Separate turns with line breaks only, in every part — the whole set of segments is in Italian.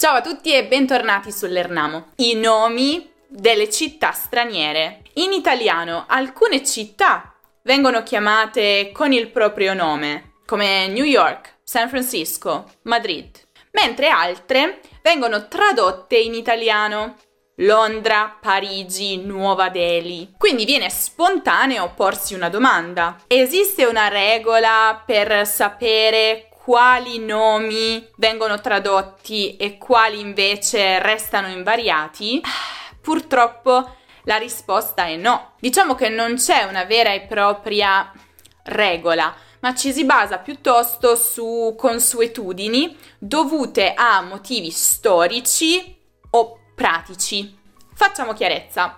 Ciao a tutti e bentornati sull'Ernamo. I nomi delle città straniere. In italiano alcune città vengono chiamate con il proprio nome, come New York, San Francisco, Madrid, mentre altre vengono tradotte in italiano. Londra, Parigi, Nuova Delhi. Quindi viene spontaneo porsi una domanda. Esiste una regola per sapere quali nomi vengono tradotti e quali invece restano invariati? Purtroppo la risposta è no. Diciamo che non c'è una vera e propria regola, ma ci si basa piuttosto su consuetudini dovute a motivi storici o pratici. Facciamo chiarezza.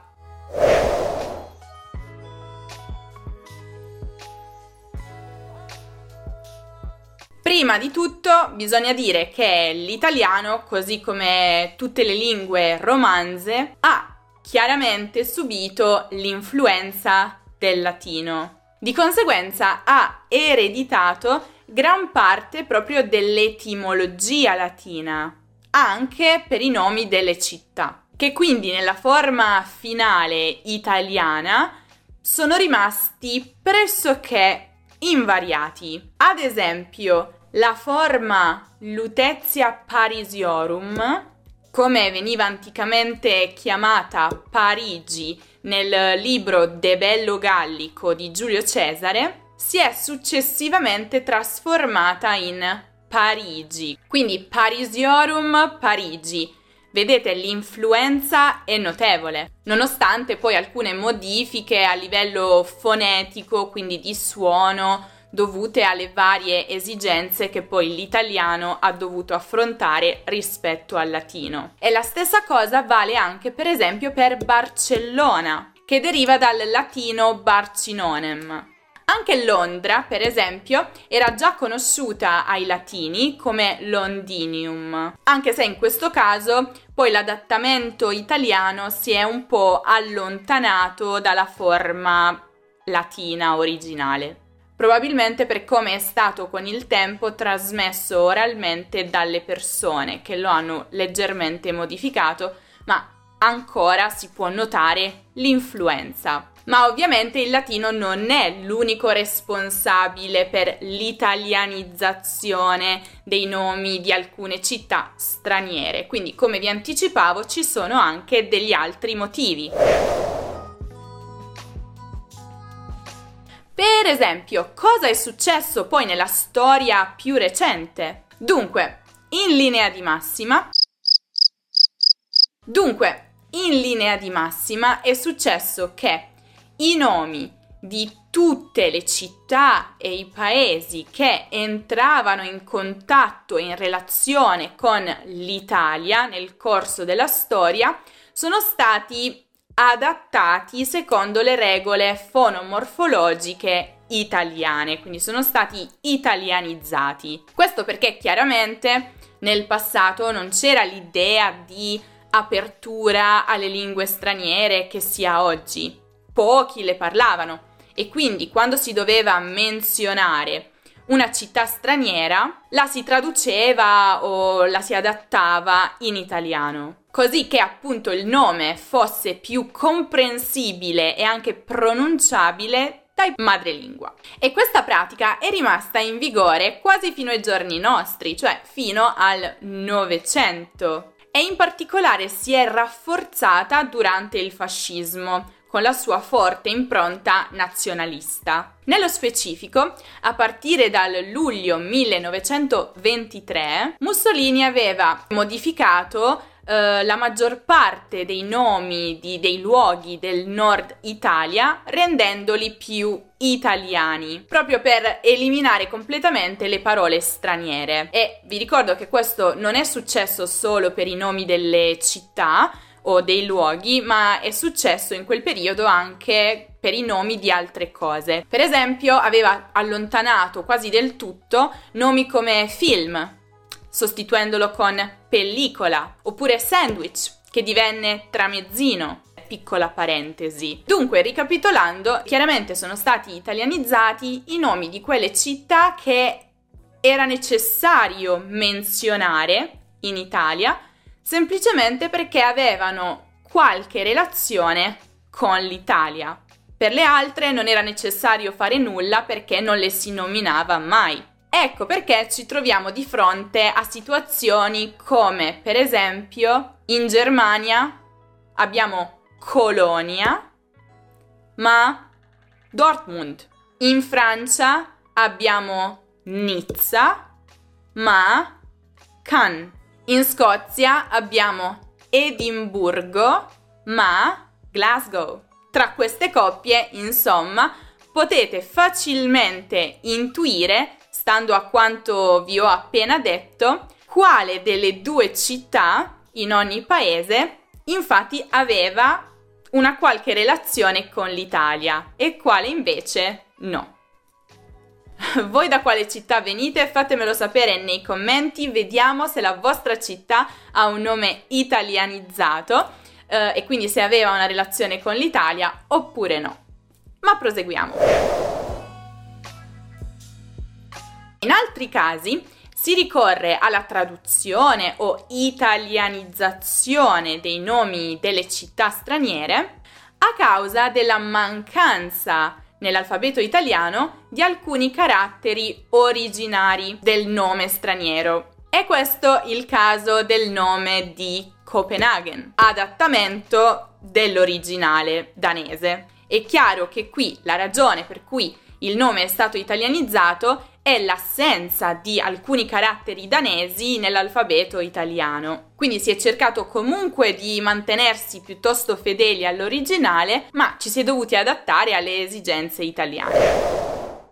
Prima di tutto bisogna dire che l'italiano, così come tutte le lingue romanze, ha chiaramente subito l'influenza del latino. Di conseguenza ha ereditato gran parte proprio dell'etimologia latina, anche per i nomi delle città, che quindi nella forma finale italiana sono rimasti pressoché invariati. Ad esempio, la forma Lutetia Parisiorum, come veniva anticamente chiamata Parigi nel libro De Bello Gallico di Giulio Cesare, si è successivamente trasformata in Parigi. Quindi Parisiorum Parigi. Vedete, l'influenza è notevole, nonostante poi alcune modifiche a livello fonetico, quindi di suono, dovute alle varie esigenze che poi l'italiano ha dovuto affrontare rispetto al latino. E la stessa cosa vale anche per esempio per Barcellona, che deriva dal latino Barcinonem. Anche Londra, per esempio, era già conosciuta ai latini come Londinium, anche se in questo caso poi l'adattamento italiano si è un po' allontanato dalla forma latina originale, probabilmente per come è stato con il tempo trasmesso oralmente dalle persone che lo hanno leggermente modificato, ma ancora si può notare l'influenza. Ma ovviamente il latino non è l'unico responsabile per l'italianizzazione dei nomi di alcune città straniere, quindi come vi anticipavo ci sono anche degli altri motivi. Per esempio, cosa è successo poi nella storia più recente? Dunque, in linea di massima è successo che i nomi di tutte le città e i paesi che entravano in contatto e in relazione con l'Italia nel corso della storia sono stati adattati secondo le regole fonomorfologiche italiane, quindi sono stati italianizzati. Questo perché chiaramente nel passato non c'era l'idea di apertura alle lingue straniere che si ha oggi. Pochi le parlavano e quindi quando si doveva menzionare una città straniera la si traduceva o la si adattava in italiano, così che appunto il nome fosse più comprensibile e anche pronunciabile dai madrelingua. E questa pratica è rimasta in vigore quasi fino ai giorni nostri, cioè fino al Novecento, e in particolare si è rafforzata durante il fascismo, con la sua forte impronta nazionalista. Nello specifico, a partire dal luglio 1923, Mussolini aveva modificato la maggior parte dei nomi dei luoghi del nord Italia, rendendoli più italiani, proprio per eliminare completamente le parole straniere. E vi ricordo che questo non è successo solo per i nomi delle città o dei luoghi, ma è successo in quel periodo anche per i nomi di altre cose. Per esempio, aveva allontanato quasi del tutto nomi come film, sostituendolo con pellicola, oppure sandwich, che divenne tramezzino, piccola parentesi. Dunque, ricapitolando, chiaramente sono stati italianizzati i nomi di quelle città che era necessario menzionare in Italia semplicemente perché avevano qualche relazione con l'Italia. Per le altre non era necessario fare nulla perché non le si nominava mai. Ecco perché ci troviamo di fronte a situazioni come, per esempio, in Germania abbiamo Colonia, ma Dortmund. In Francia abbiamo Nizza, ma Cannes. In Scozia abbiamo Edimburgo, ma Glasgow. Tra queste coppie, insomma, potete facilmente intuire, stando a quanto vi ho appena detto, quale delle due città in ogni paese infatti aveva una qualche relazione con l'Italia e quale invece no. Voi da quale città venite? Fatemelo sapere nei commenti, vediamo se la vostra città ha un nome italianizzato e quindi se aveva una relazione con l'Italia oppure no. Ma proseguiamo. In altri casi si ricorre alla traduzione o italianizzazione dei nomi delle città straniere a causa della mancanza nell'alfabeto italiano di alcuni caratteri originari del nome straniero. È questo il caso del nome di Copenaghen, adattamento dell'originale danese. È chiaro che qui la ragione per cui il nome è stato italianizzato è l'assenza di alcuni caratteri danesi nell'alfabeto italiano. Quindi si è cercato comunque di mantenersi piuttosto fedeli all'originale, ma ci si è dovuti adattare alle esigenze italiane.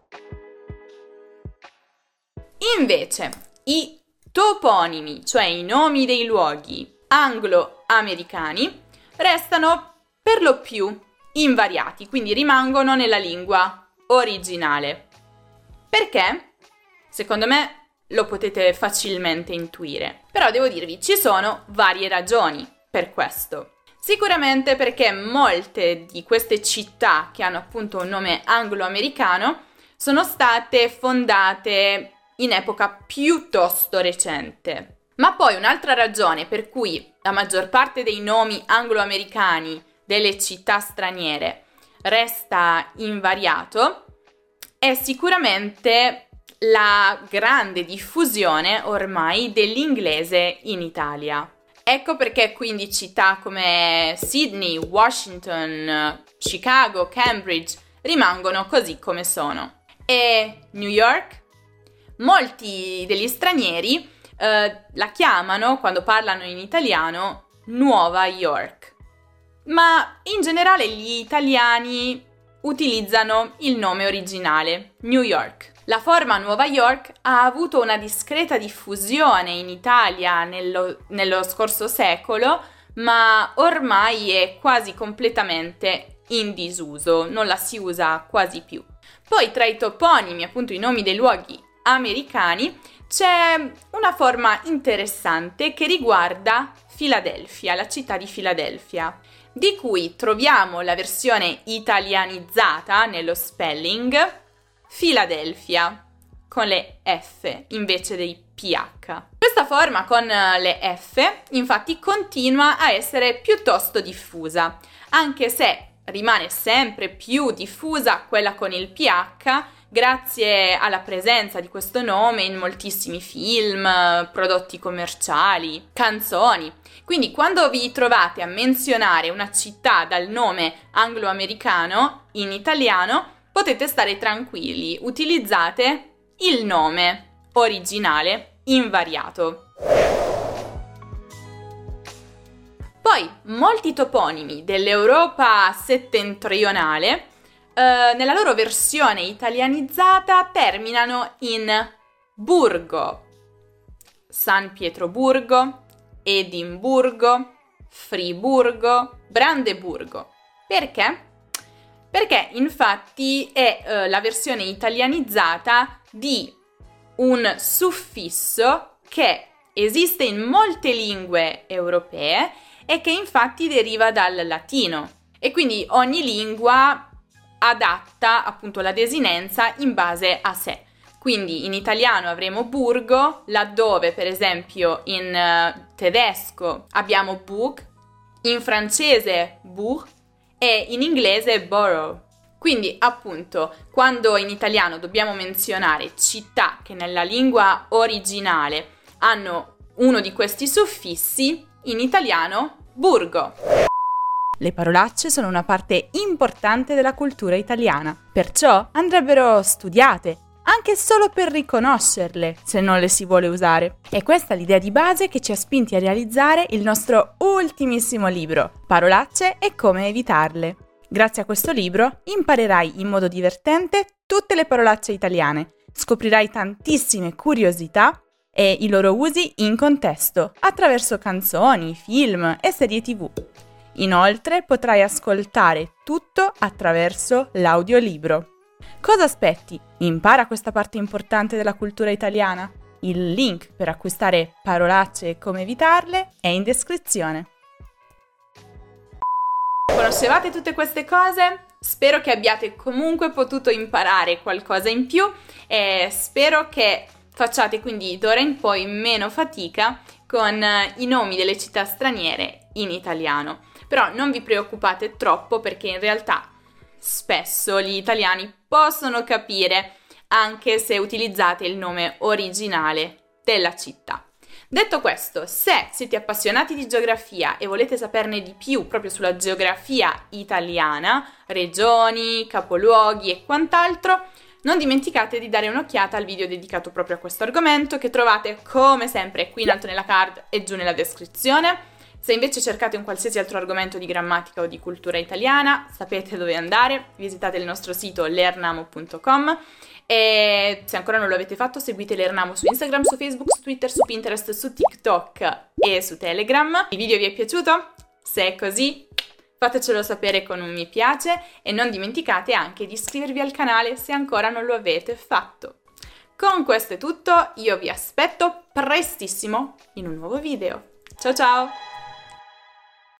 Invece, i toponimi, cioè i nomi dei luoghi anglo-americani, restano per lo più invariati, quindi rimangono nella lingua originale. Perché? Secondo me lo potete facilmente intuire. Però devo dirvi, ci sono varie ragioni per questo. Sicuramente perché molte di queste città che hanno appunto un nome anglo-americano sono state fondate in epoca piuttosto recente. Ma poi un'altra ragione per cui la maggior parte dei nomi anglo-americani delle città straniere resta invariato è sicuramente la grande diffusione ormai dell'inglese in Italia. Ecco perché quindi città come Sydney, Washington, Chicago, Cambridge rimangono così come sono. E New York? Molti degli stranieri la chiamano, quando parlano in italiano, Nuova York. Ma in generale gli italiani utilizzano il nome originale, New York. La forma Nuova York ha avuto una discreta diffusione in Italia nello scorso secolo, ma ormai è quasi completamente in disuso, non la si usa quasi più. Poi tra i toponimi, appunto i nomi dei luoghi americani, c'è una forma interessante che riguarda Filadelfia, la città di Filadelfia, di cui troviamo la versione italianizzata nello spelling Philadelphia, con le F invece dei PH. Questa forma con le F infatti continua a essere piuttosto diffusa, anche se rimane sempre più diffusa quella con il PH grazie alla presenza di questo nome in moltissimi film, prodotti commerciali, canzoni. Quindi quando vi trovate a menzionare una città dal nome anglo-americano in italiano, potete stare tranquilli, utilizzate il nome originale invariato. Poi molti toponimi dell'Europa settentrionale nella loro versione italianizzata terminano in Burgo, San Pietroburgo, Edimburgo, Friburgo, Brandeburgo. Perché? Perché infatti è la versione italianizzata di un suffisso che esiste in molte lingue europee e che infatti deriva dal latino. E quindi ogni lingua adatta appunto la desinenza in base a sé. Quindi in italiano avremo burgo, laddove per esempio in tedesco abbiamo Bug, in francese bourg e in inglese borough. Quindi appunto quando in italiano dobbiamo menzionare città che nella lingua originale hanno uno di questi suffissi, in italiano burgo. Le parolacce sono una parte importante della cultura italiana, perciò andrebbero studiate, anche solo per riconoscerle, se non le si vuole usare. E questa è l'idea di base che ci ha spinti a realizzare il nostro ultimissimo libro, Parolacce e come evitarle. Grazie a questo libro imparerai in modo divertente tutte le parolacce italiane, scoprirai tantissime curiosità e i loro usi in contesto, attraverso canzoni, film e serie TV. Inoltre potrai ascoltare tutto attraverso l'audiolibro. Cosa aspetti? Impara questa parte importante della cultura italiana. Il link per acquistare parolacce e come evitarle è in descrizione. Conoscevate tutte queste cose? Spero che abbiate comunque potuto imparare qualcosa in più e spero che facciate quindi d'ora in poi meno fatica con i nomi delle città straniere in italiano. Però non vi preoccupate troppo perché in realtà spesso gli italiani possono capire anche se utilizzate il nome originale della città. Detto questo, se siete appassionati di geografia e volete saperne di più proprio sulla geografia italiana, regioni, capoluoghi e quant'altro, non dimenticate di dare un'occhiata al video dedicato proprio a questo argomento che trovate come sempre qui in alto nella card e giù nella descrizione. Se invece cercate un qualsiasi altro argomento di grammatica o di cultura italiana, sapete dove andare, visitate il nostro sito learnamo.com e se ancora non lo avete fatto seguite Learnamo su Instagram, su Facebook, su Twitter, su Pinterest, su TikTok e su Telegram. Il video vi è piaciuto? Se è così, fatecelo sapere con un mi piace e non dimenticate anche di iscrivervi al canale se ancora non lo avete fatto. Con questo è tutto, io vi aspetto prestissimo in un nuovo video. Ciao ciao!